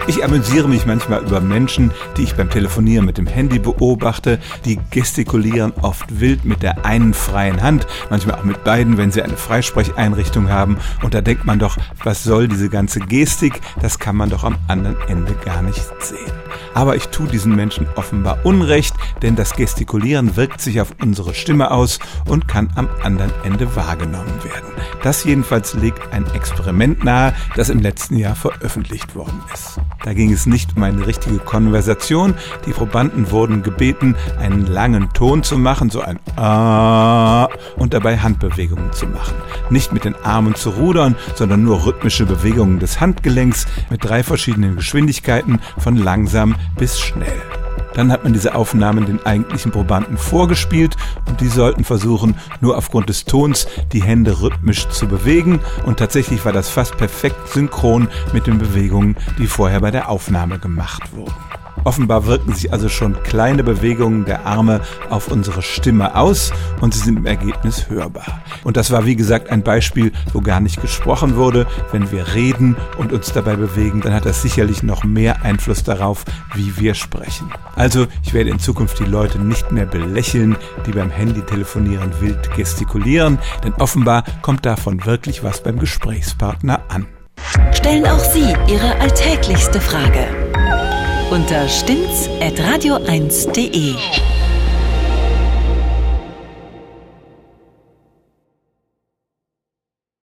Ich amüsiere mich manchmal über Menschen, die ich beim Telefonieren mit dem Handy beobachte. Die gestikulieren oft wild mit der einen freien Hand, manchmal auch mit beiden, wenn sie eine Freisprecheinrichtung haben. Und da denkt man doch, was soll diese ganze Gestik? Das kann man doch am anderen Ende gar nicht sehen. Aber ich tue diesen Menschen offenbar Unrecht, denn das Gestikulieren wirkt sich auf unsere Stimme aus und kann am anderen Ende wahrgenommen werden. Das jedenfalls legt ein Experiment nahe, das im letzten Jahr veröffentlicht worden ist. Da ging es nicht um eine richtige Konversation. Die Probanden wurden gebeten, einen langen Ton zu machen, so ein A, und dabei Handbewegungen zu machen. Nicht mit den Armen zu rudern, sondern nur rhythmische Bewegungen des Handgelenks mit 3 verschiedenen Geschwindigkeiten von langsam bis schnell. Dann hat man diese Aufnahmen den eigentlichen Probanden vorgespielt und die sollten versuchen, nur aufgrund des Tons die Hände rhythmisch zu bewegen, und tatsächlich war das fast perfekt synchron mit den Bewegungen, die vorher bei der Aufnahme gemacht wurden. Offenbar wirken sich also schon kleine Bewegungen der Arme auf unsere Stimme aus und sie sind im Ergebnis hörbar. Und das war wie gesagt ein Beispiel, wo gar nicht gesprochen wurde. Wenn wir reden und uns dabei bewegen, dann hat das sicherlich noch mehr Einfluss darauf, wie wir sprechen. Also ich werde in Zukunft die Leute nicht mehr belächeln, die beim Handy-Telefonieren wild gestikulieren, denn offenbar kommt davon wirklich was beim Gesprächspartner an. Stellen auch Sie Ihre alltäglichste Frage unter stimmtz@radio1.de.